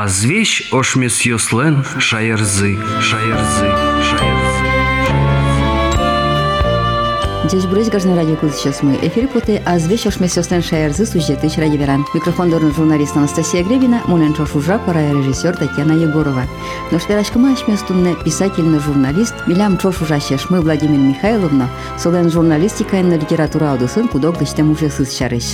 А звещ ошмес йослен шаерзы. Здесь брось граждан радио «Кулс» сейчас мы. Эфир поты, а звещ ошмес йослен шаерзы сюжеты ради веран. Микрофон дорн журналист Анастасия Гребина, Муленчо Шужа, пора режиссер Татьяна Егорова. Но шверашкама ошместунне писательно-журналист Милям Чошужа мы Владимир Михайловна, солен журналистика и литература аудусын кудок дыштем уже сысчарыш.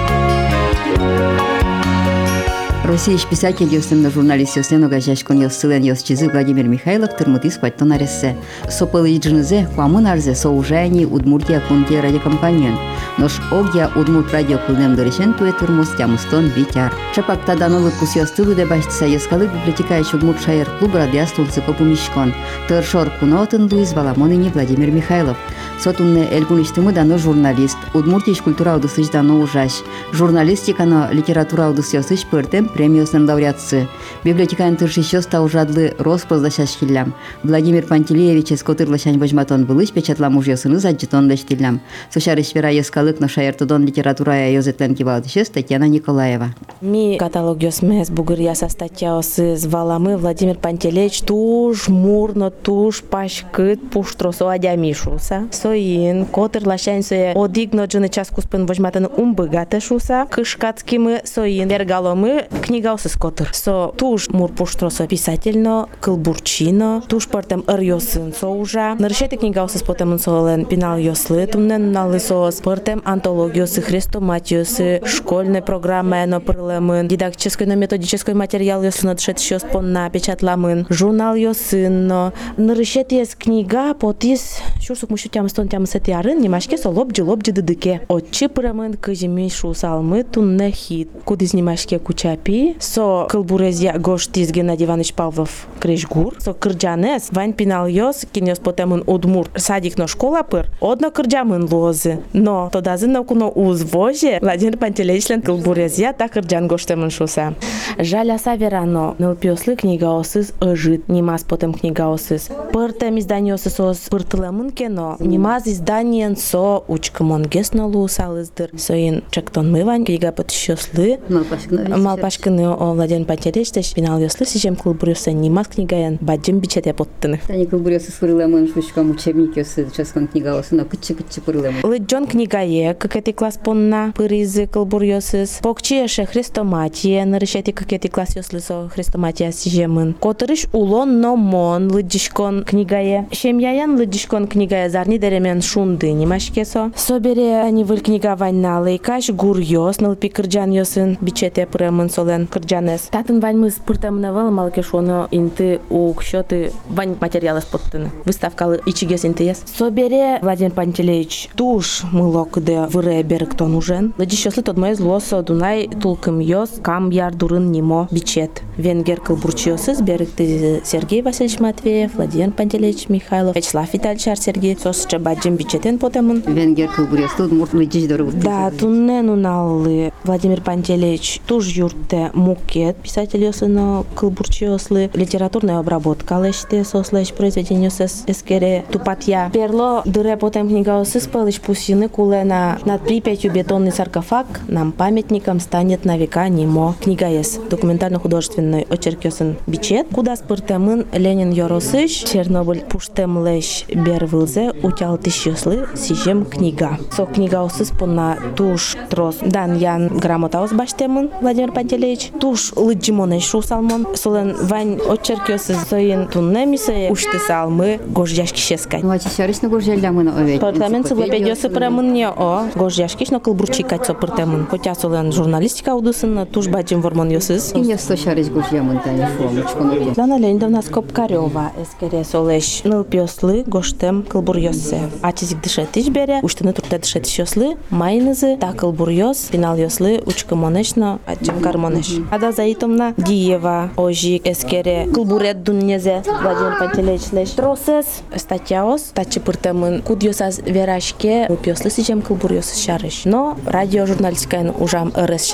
Россияш писатель йослен журналист йослен огажашкон йоссылен йосчизы Владимир Михайлов тырмытис паттон арессе. Сопылы иджынызе хуамын арзе соужаяни Удмуртия кунтия радиокомпаниян. Нош огья Удмурт радио кылнем дорешен туе турмус тямыстон витяр. Чапакта данолык кус йостылы де баштиса йоскалы библиотекаич Удмурт шаер клуб радиастулцы попумишкон. Тыршор кунотын Луиз Баламонини Владимир Михайлов. Сотунне эльгуништымы дано журналист. Удмуртиш культура аудысыч дано ужаш. Журналистикано литература аудыс йосыч пыртем премиосының лауреатсы. Библиотеканың тыршищос таужадлы роспоздашаш хиллям. Владимир Пантелеевич эскотырлашань вожматон былыш печатлам ужьосыны заджетон лештиллям. Сошарыш вера ескалык но шаертодон литературая йозетлен кивалдышес Татьяна Николаева. Ми каталогиос мес бугырьяса статьяосы зваламы Владимир Пантелеевич туж мурно туж пашкыт пуштросо адямишуса. Соин котырлашань сое одигно джыны часкуспын вожматын умбыгатышуса. Кышкацкимы соин вергаломы книгаосы скотыр. Со туж мур пуштросо писательно, кылбурчино, туж портем ырьосын соужа. Нарышеты книгаосы спотемын солен пинал йослы тумнен налысос. Портем антологиосы, хрестоматиосы, школьной программы но пырлемын, дидактической но методической материал йосын отшет щос понна печатламын, журнал йосынно. Нарышеты есть книга потис шурсук мушу тямыстон тямысети арын немашке со лобджи дыдыке. Отчи пырамын кыжими шусалмы тунне хит. Кудыз немашке кучапи, со кылбурезия гоштиз Геннадий Иванович Павлов крежгур, со кырджанес вань пинал йос киньос потемын Удмурт садик но школа пыр, одно кырджамын лозы. Но тодазын наукуно узвоже Владимир Пантелеевичлен кылбурезия та кырджан гоштемын шуса. Жаляса верано нылпиослы книгаосыз ыжит, немаз потем книгаосыз. Пыртем изданиосыз сос пыртылемын кено, немаз изданиен со учкымон гесно лусалыздыр. Соин чектон мывань книга потыщослы. Малпашкыны о Владимир Пантелеевич теш пинал йослы сижем кылбурёсы немаз книгаян баджим бичете поттыны. Тани кылбурёсы пырылемын шучкам учебникёсы часкон книгаосы но кычы пырылемын. Лыджон книгае, как эти класс понна пыризы кылбурёсыз. Покчиеше хрестоматия, нарышети как эти класс йослы со хрестоматия сижемын. Котырыш улон но мон лыджишкон книгае. Шемьяян лыджишкон книгае зарни деремен шунды немашкесо. Собере они выль книга ванна лейкаш гурьёс нылпи кырджан йосын бичете пырымын солен кырджанес. Татын вань мы спыртам навал малкешоно инты укшёты вань материалы споттыны. Выставкалы ичигес интес. Собере Владимир Пантелеевич туш мылок де выре беректон ужен. Лыджишослы тот мой злосо Дунай тулкым йос кам яр дурын нимо бичет. Венгер кылбурчиосыз беректы Сергей Васильевич Матвеев, Владимир Пантелеевич Михайлов, Вячеслав Витальевич Сергей, сосча баджим бичетен потемын. Венгер кылбурёсы Удмурт лыджиш дорогу. Да, тунне нуналлы Владимир Пантелеевич туж юрте мукет писатель йосыно кылбурчиослы литературная обработка леште сослеш произведение сес эскере тупатья. Перло дыре потем книга осыс пылыш пусины кулена над Припятью бетонный саркофаг нам памятником станет на века нимо. Книга есть документально-художественный очерк йосын бичет. Куда спыртемын Ленин Йоросыч Чернобыль пуштем леш бервылзе утял тыш йослы сижем книга. Со книга осыс понна туш трос дан ян грамотаос баштемын Владимир Пантелеевич. Туш лыджимонеш шусалмон. Солен вань очерк йосы зоин туннемисе ушты салмы гожьяшки шескать. Ну а чищарыш на гожьялямын овет. Портамент сыглапедёсы пырамын не о гожьяшкиш но кылбурчикать со пыртемын. Хотя солен журналистика аудысын туш баджим вормон йосыз. Кинья стошарыш гожьямын тани шуамычкон. Лана Леонидовна Скопкарёва эскере солеш нылпиослы гоштем кылбурьёсы. Ачизик дышетиш бере уштыны турте дышетиш йослы майнызы та кылбурьёс пинал йослы учкымонешно ачим кармонеш. Ада Заитомна Диева ожик эскере кылбурет дуннезе Владимир Пантелеевич леш тросес статьяос тачы пыртемын кудьёсаз верашке нылпиослы сижем кылбурьёсы шарыш. Но радиожурналистикаен ужам ырыс шарыш.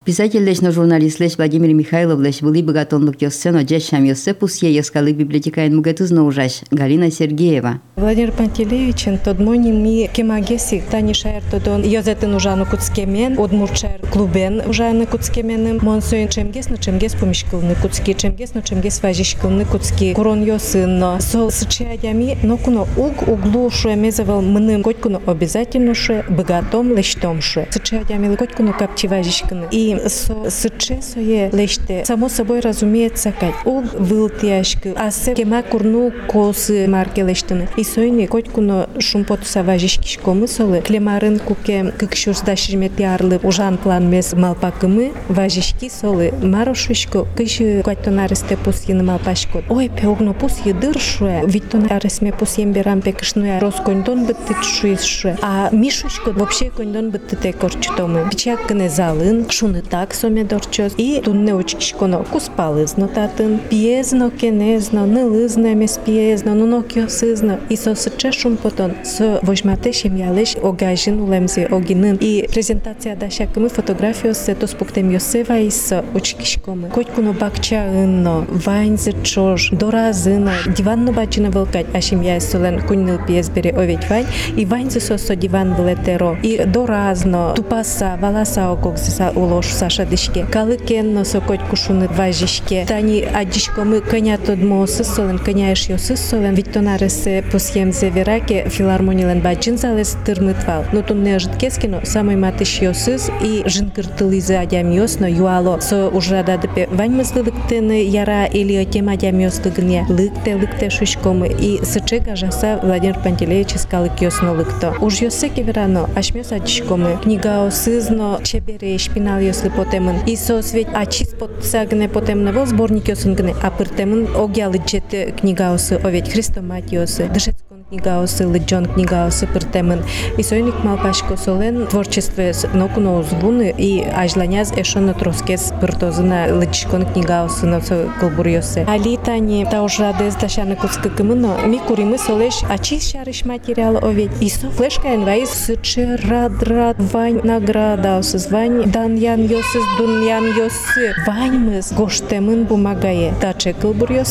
Писатель лечно журналист леч Владимир Михайлов леч были богатонлык йоссен оджаш шам йоссе пусье ескалы библиотекайн мугатызно ужаш Галина Сергеева. Владимир Пантелеевичен тодмони ми кемагеси тани шаер тодон йозетен ужану куцкемен удмурчер клубен ужану куцкеменым монсоин чемгес помишкылны куцки чемгес важишкылны куцки корон йосынно сол сычаядями нокуно углу шуемезевал мыным котькуно обязательно ше богатом лештом ше сычаядями котькуно капчи важишкыны и сыче сое леште само собой разумеется кать вылтяшкы а се кема курну косы марке лештыны и сойни котькуно шумпот саважишкишкомы солы клемарын куке кыкшурсдаширмет ярлы ужан план мес малпакымы важишки солы марошишко кыşı котонаресте пусьины малпашко ой пеогно пусьы дыршуе виттон аресме пусьем берам пекшнуя роскондон быттыт шуисше а мишушко вообще кондон быттыте корчтомы пичаккыне залын шуны так соме дорчоз и тунне учкишконо куспалызно татын пиезно кенезно нылызно мес пиезно нунокиосызно и со сычешум потон со вожматешем ялеш огажин улемзе огинын и презентация дашакымы фотографиосе тоспуктем йосева исо учкишкомы котькуно бакчаынно вайнзе чож доразыно диванно бачина вылкать ашим яйсолен кунныл пиезбере оведь вань и вайнзе сосо диван влетеро и доразно тупаса валаса ококзеса улош саша дышке калыкенно со котьку шуны важишке тани адишкомы коня тодмо сысолен коня еш йосысолен виттонаресе посьемзе вераке филармонилен бачин залез тырмытвал но тунне житкескино самой матыш йосыз и жинкыртылызы адямиосно юало со ужрададыпе ваньмызлылыктыны яра или отем адямиослыгыне лыкте шишкомы и сыче гажаса Владимир Пантелеевич искалык йосно лыкто уж йосеке верано ашмёс адишкомы книга осызно чебере шпинал йослы потемын и со свет ачис подсагне потемного сборник йосынгне а пыртемын огялы джет книга осы оведь хрестоматиосы дышецкон книга осы лыджон книга осы пыртемын и сойник малпашко солен творчестве нокуно узвуны и ажланяз эшоно троскес пыртозына лыджкон книга осы ноцо кылбурьосе алитани та ужрадез дашаны куцкыкымыно ми куримы солеш ачис шарыш материал оведь и со флешка энвайс сыче рад вань награда осы звань даньян йосыз дуньян йосы ваньмыз гоштемын бумагае таче кылбурьос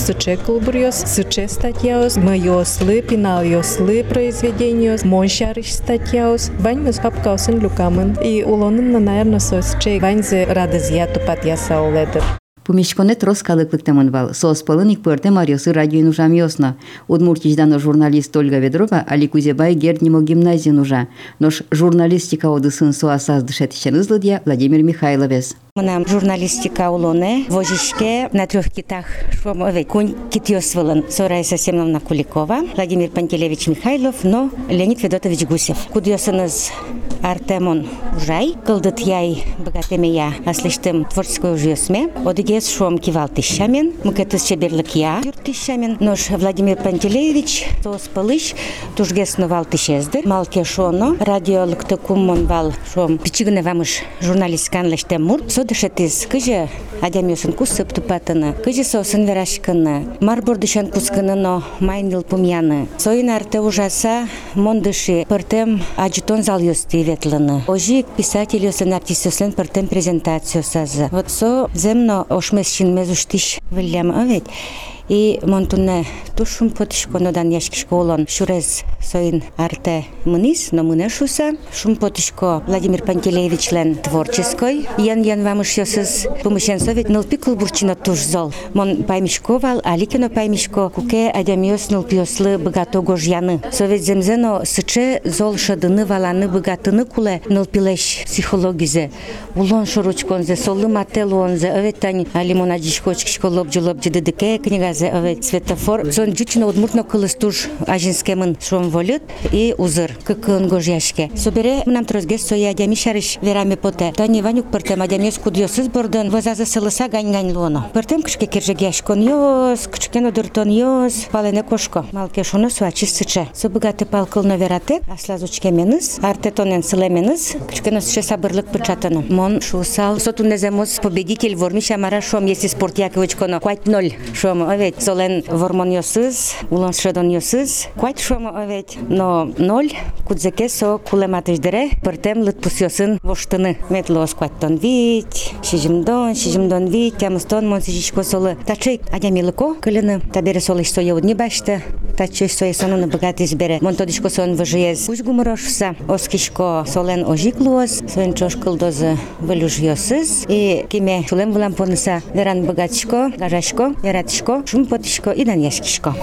сыче статьяос мыйослы пинал йослы произведениос моншарыш статьяос ваньмыз папкаосын люкамын и улонын наверно сосче ваньзе радызья тупат яса оледыр Помещконе троскалыклыктамын вал. Сооспалыник пырте Мариосы радио нужам йосно. Удмуртичдано журналист Ольга Ведрова, али Кузебай герднимо гимназии нужа. Нош журналистика одысын соасаз дышетичен излыдья Владимир Михайловес. Мына журналистика улоне вожишке на 3 китах швомове кунь китьосвылын Сорайса Семеновна Куликова, Владимир Пантелеевич Михайлов, но Леонид Федотович Гусев. Кудьосыныз Артемон Ужай, кылдыт яй богатемея аслыштым творческой ужьосме, одыгес швом кивал тысячамен, мукетыс чеберлык я юр тысячамен, нош Владимир Пантелеевич сооспалыш тужгес новал тысячезды, малке шоно, радиолыкты куммон вал швом пичигне вамыш журналисткан лештем мур, содышетиз кыжы адямёсын кусып тупатыны, кыжы сосын верашкыны, марбордышан кускыныно майнил пумяны. Соин арте ужаса мондыши пыртем аджитон зал ёсты ветлыны. Ожи писатель ёсын артист пыртем презентацию сазы. Вот со земно ошмесчин мезуштиш вылям овет. И монтуне тушум потишконодан яшкишко олон шурез соин арте мынис, но мыне шуса. Шум потишко Владимир Пантелеевич лен творческой. Ян вамыш ёсыз помышен совет нылпи кулбурчино туш зол. Мон паймишко вал, аликино паймишко куке адямиос нылпиослы богато гожьяны. Совет земзено сыче зол шадыны валаны богатыны куле нылпилеш психологизе. Улон шуручконзе, солы мателуонзе, овет тань алимон аджишкочкишко лобджи дедыке книгазе овет светофор. Сон джучно удмуртно кылыстуж ажинскемын шом волют и узыр кыкын гожьяшке. Собере нам трозгес соя адями шарыш верами поте. Тани ванюк пыртем адямиос кудьосыз бордон возаза сылыса гань луоно. Пыртем кышке кержегяшкон йос, кычкен одыртон йос, палене кошко. Малке шоно суачи сыче. Собыгаты палкылно верате, аслазучкеменыз, артетонен сылеменыз, кычкен сыче сабырлык пычатыны. Мон шусал сотунеземос победитель вормиша мара шом, если спорт яковичконо, квать 0 шом овет. ведь солен вормон йосыз, улон шедон йосыз, квайт шома овет, но 0, кудзеке со кулематыш дере, пертем лыт пусьосын воштыны. Метлос квайттон вить, шижимдон вить, тямыстон монсижичко солы. Тачей адямилыко, кылыны, табере солыш соя удни башты, тачей соя сонуны богатый бере. Монтодишко сон выжиез, пусть гуморошса, оскишко солен ожиклуоз, соен чошкылдозы вылюж йосыз, и киме шулем вулам поныса веран богатышко, гажашко, яратышко, шум потышко и дан яшкишко.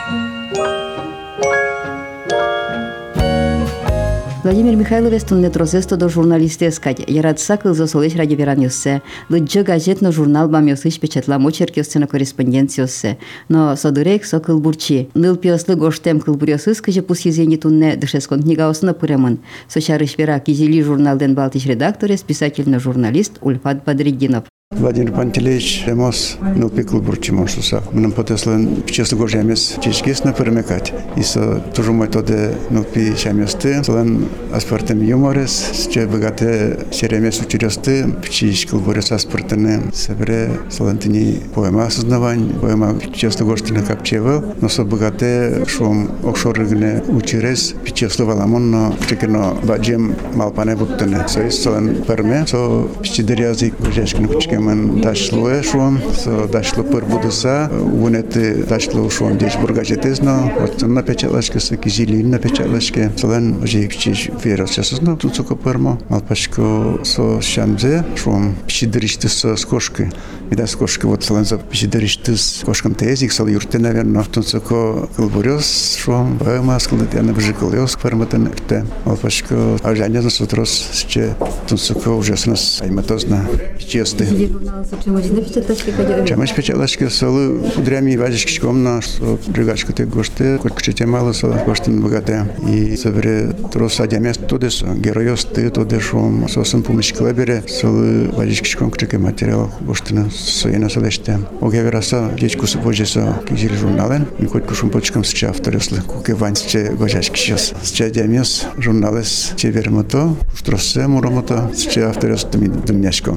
Владимир Михайлович тунне тросесто до журналисты искать. Яратса кылзо солеш ради вераньоссе. Лыджо газетно журнал бам йосыш печатлам очерк йоссено корреспонденциоссе. Но содырек со кылбурчи. Ныл пиослы гоштем кылбурьосыз кыжы пусьезени тунне дышескон книга осына пырымын. Сочарыш вера кизили журналден балтиш редакторес писательно-журналист Ульфат Бадриддинов. Владимир Пантелеич Эмос нылпекл бурчимошуса. Мным потеслен честно гожемес чечкес на перемекать. И со тоже мой тоде нылпи шаместы. Слен аспартем юморес. Че богате серемес учересты. Пчичкл борес аспартены. Себре слентини поэма осознавань. Поэма честно гоштина капчевел. Но со богате шум окшорыгне учерес. Пчесло валамон, но чекено баджем малпане буттене. Со есть слен перме. Со пчидериази гожешкин кучкем дашло шум, со дашло пырбудуса, унеты дашло шум деш бургажетезно, вот на печалашке с кизили на печалашке, солен уже пчич верос часозно, тут соко пырмо, малпашко со шамзе шум пчидеришты со скошкой, вида скошка вот солен за пчидеришты с кошком тезик, сол юрте наверное, тут соко кылбурёс шум, баймаскл я на бжиколёс пырмотен те, малпашко ажаня за сутрос сче, тут соко уже с нас айматозна пчесты. Чамаш печалашки солы кудрями важишкичком на бригачка те гоште, кочките мало солы гоштен богате. И собере трос адямес тодес героёс ты тодешом сосен помешкла бере солы важишкичком кчеке материал гоштен соена солеште. Огевераса дечку супожеса кизили журнален, никот кушум почкам сча автореслы куке ваньсче гожашкичес. Сча адямес журналес че вермото, штросе муромото сча авторестами дымняшком.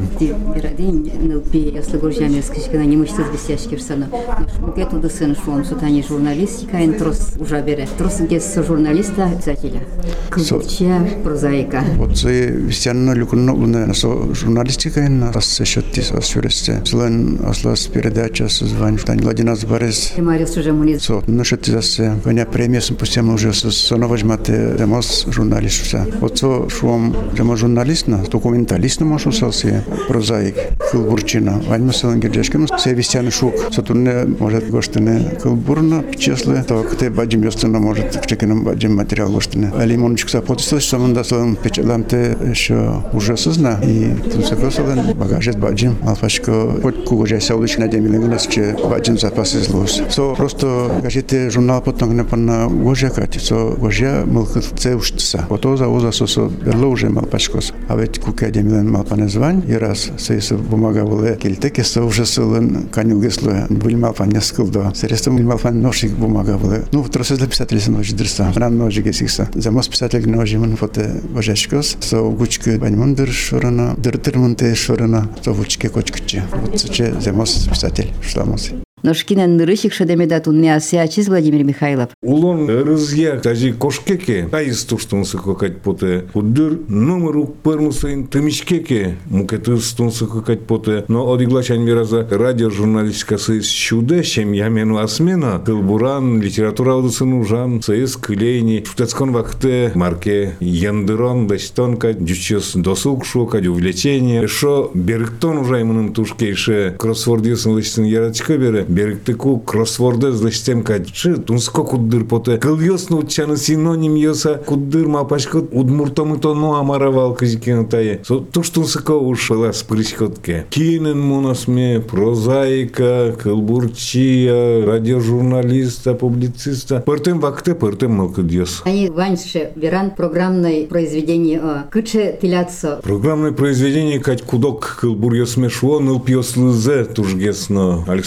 Нылпи яслы горжамес кышкана немыштыз бесяшкирсана. Мукету да сын шуом сутани журналистика ен трос уже бере. Трос гес журналиста писателя. Кылбурчия прозаика. Вот це вестяно люкно луна со журналистика ен раз счеттис асюресте. Слен аслас передача созвань тань Владинас Борис. Мариус уже мунит. Со нашеттизасе коня премия сым пустямо уже соноважмате демос журналистуса. Вот со шуом демо журналистна, документалистна машусалсе прозаик. Кылбурчина. Вальмасалан гердешкин се вестяно шук. Сатурне может гоштене кылбурна пчесле. То кте баджим ёстена может чекеном баджим материал гоштене. Алимончик сапотисла саманда салан печаламте еще уже созна и тунсакосалан багажет баджим. Алфашко хоть кугожа саулыч надемилегнас че баджим запасы злос. Со просто газете журнал потом не панна гожакать. Со гожа мылкы цеуштса. Отоза оза сосо берло уже малпашкос. А ведь куке демилен малпане звань и раз се бумага была кельтеке со уже сылын канилгесло бульмал фаня скылдо. Средство бульмал фан ношик бумага была. Ну тросе для писателя со ночи дырса. Ран ножи гесикса. Замос писатель ножи мон фото вожешкос. Со гучки баньмондыр шорона, дыртырмонте шорона. Со гучки кочкче. Вот соче замос писатель шламос. Ношкинен нырышик шедемеда тунне асиачиз Владимир Михайлов. Улон рызья тажи кошкеке, таис туштунсы кокать поте. Удыр номеру пермусайн тымичкеке, мукеты стунсы кокать поте. Но одиглачань мираза радиожурналистика союз щуде, чем ямену осмена, кылбуран, литература удысын ужан, союз кылейни, шутецкон вахте, марке яндырон, дастонка, дючес досуг шукать, увлечение. Шо берктон ужаймыным тушкейше, кроссвордисын лычсын ярачка бере, беріктіку кроссворды злыштем качы, тунско куддыр поте. Кыльёсны утчаны синоним йоса, куддыр мапашко удмуртомы тону амаравал кызикену тае. Туш тунско уж была спрычкотке. Кинен моносме, прозаика, кылбурчия, радиожурналиста, публициста. Пыртым вакте, пыртым мылкыдьёс. Они ваньше веран программное произведение кыче тиляцо. Программное произведение кать кудок кылбурьёсме шуо, нылпьёс лызе тужгесно. Александр Григорьевич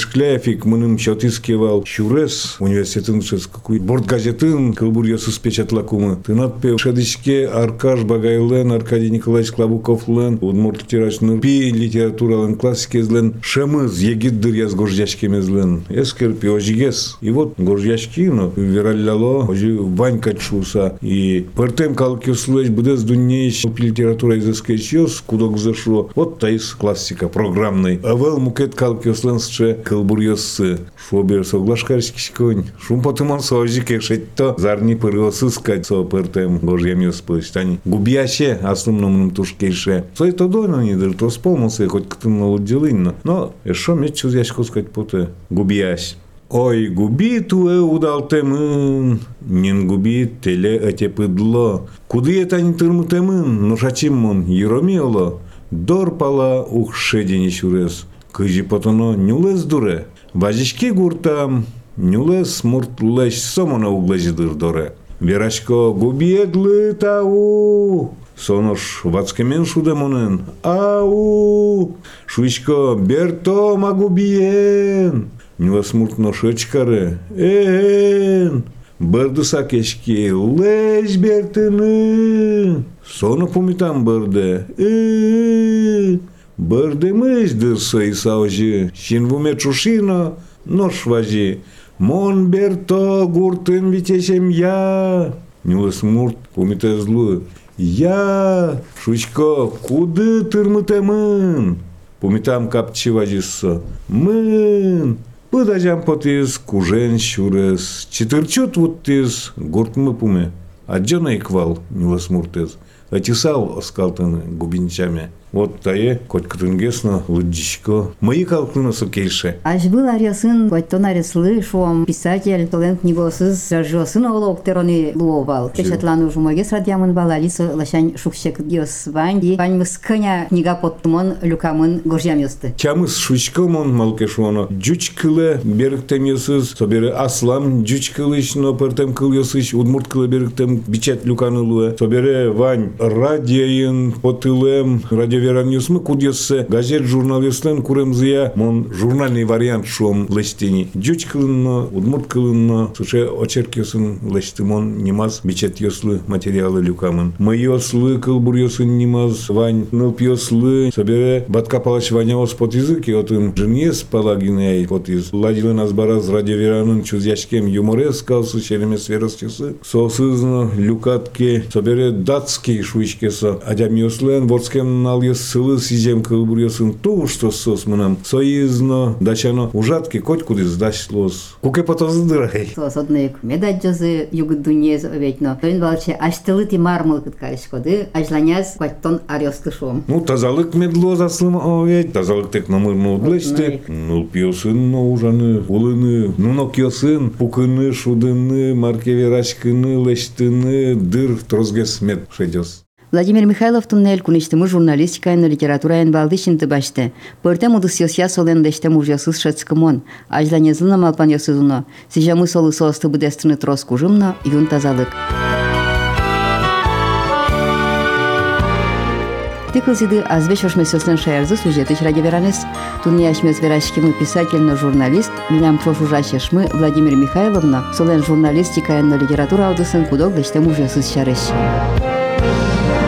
Шкляевик мыным шотискевал Шурес университетын какой борт газетін кылбурьясыз печатлакумы. Тынатпе шадышке Аркаш Багайлен, Аркадий Николаевич Клабуковлен, удмурт тирачныр пи литературалын классикезлен шемыз егиддыр яз горжяшкемезлен. Эскер пиожигес. И вот горжяшкино виралляло, ожи Ванька чуса. И пертем калкюслэч будес дуннейш литература изыскэч йос, кудок зашло. Вот таис классика программный. Авел мукет калкюсленсче кылбурьясы. Шобер соглашкаршкишконь. Шум потыман сожике шетто зарни пырыосыскать со пертем горжям йос пыстань. Губяще основном тушкейше. Сой то дойно нидер, то сполмался хоть ктынно луддилынно. Но эшо меч чузяшко сказать поте губящ. Ой, губи туе удалтемын, нин губи теле этепыдло. Куды это не тырмытемын, но шачиммон еромиоло. Дорпала ухшедени чурес. Кыжи потоно нюлес дуре. Бажишки гуртам, нюлес муртлеш сомона углежидыр доре. Верашко губиедлы тау. Сонош вацкемен шудемонен. Ау! Шуичко берто магубиен. Невозмутно шечкаре. Бырдыса кешки леш бертыны. Соно помитам бырды. Бырды мыздырса и саужи. Шинвуме чушино, нош важи. Мон берто гуртын витешем я. Невозмут помите злу. Я, шучко, куды тырмытемын? Помитам капчи важисо. Мын. Пыдажам потиз, кужен шурес. Четырчут вот тиз, гуртмы пуме. А джона иквал, невозмуртез. Атисал оскалтаны губинчами. Вот тае, хоть кытынгесно, лыджичко. Мои калкына сукейше. Аж был арьясын, хоть то нареслы, шуам писатель, толен книгосыз, жажосын олок терони луовал. Печатлану жумогес радиамын балалисо лашань шукшек диос ванди. Паньмыс кыня книга подтумон люкамын горжям ёсты. Чамыс шучкомон малкешуано. Джучкылы беріктем ёсыз, собері аслам джучкылышно пертем кыл ёсыш, удмурткылы беріктем бичет люканылуэ. Собері вань радиоин потылем, вераньюсмы кудьессе газет журналистлен куремзия мон журнальный вариант шуом лестини. Джуч кылынно, удмурт кылынно, суше очеркесын лестимон немаз бичет ёслы материалы люкамын. Мы ёслы кылбур ёсын немаз вань нылп ёслы собере батка палач ваняос под язык и отын женес палагиней под из. Ладилы нас бараз радиоверанын чузяшкем юморес калсы черемес веростесы. Сосызно люкатке собере датский шуичкеса. Адям ёслен ворскем нал сылы сизем кылбурьясын то, что сос мынам союзно, дачано ужатки коть куды сдачлос. Куке потоздырай. Сос однык медать жозы югы дуньез оветно. Тойн балче аштылы ти мармыл кыткалышкоды, ажланяз кваттон арёстышом. Ну, тазалык медло заслыма овет, тазалык тек номырно удлеште. Ну, пьёсын но ужаны, улыны, ну, но кьёсын, пукыны, шудыны, маркеверашкыны, лештыны, дыр, трозгес мед шедёс. Владимир Михайлов туннель куништымы журналистикайны литературайын балды шинты башты. Пыртем удыс ёсья солен лештем ужьосыз шецкымон. Ажланезлына малпан ёсызуно. Сижамы солы соосты быдестыны трос кужымно, юн тазалык. Тыкылзиды азбеш ошмес ёслен шаярзы сюжеты радиоверанес. Тунне ашмес верашкимы писательно журналист, милям прошужащешмы Владимир Михайловна солен журналистикайны литература аудысын кудок лештем ужьосыз шарыш.